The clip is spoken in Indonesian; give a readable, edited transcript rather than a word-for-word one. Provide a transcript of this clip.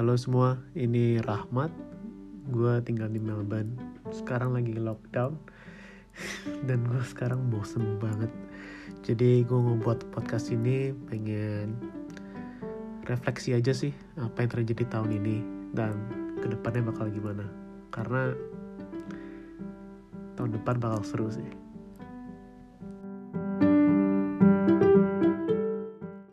Halo semua, ini Rahmat. Gue tinggal di Melbourne. Sekarang lagi lockdown. Dan gue sekarang bosen banget. Jadi gue mau buat podcast ini pengen refleksi aja sih apa yang terjadi tahun ini dan kedepannya bakal gimana. Karena tahun depan bakal seru sih.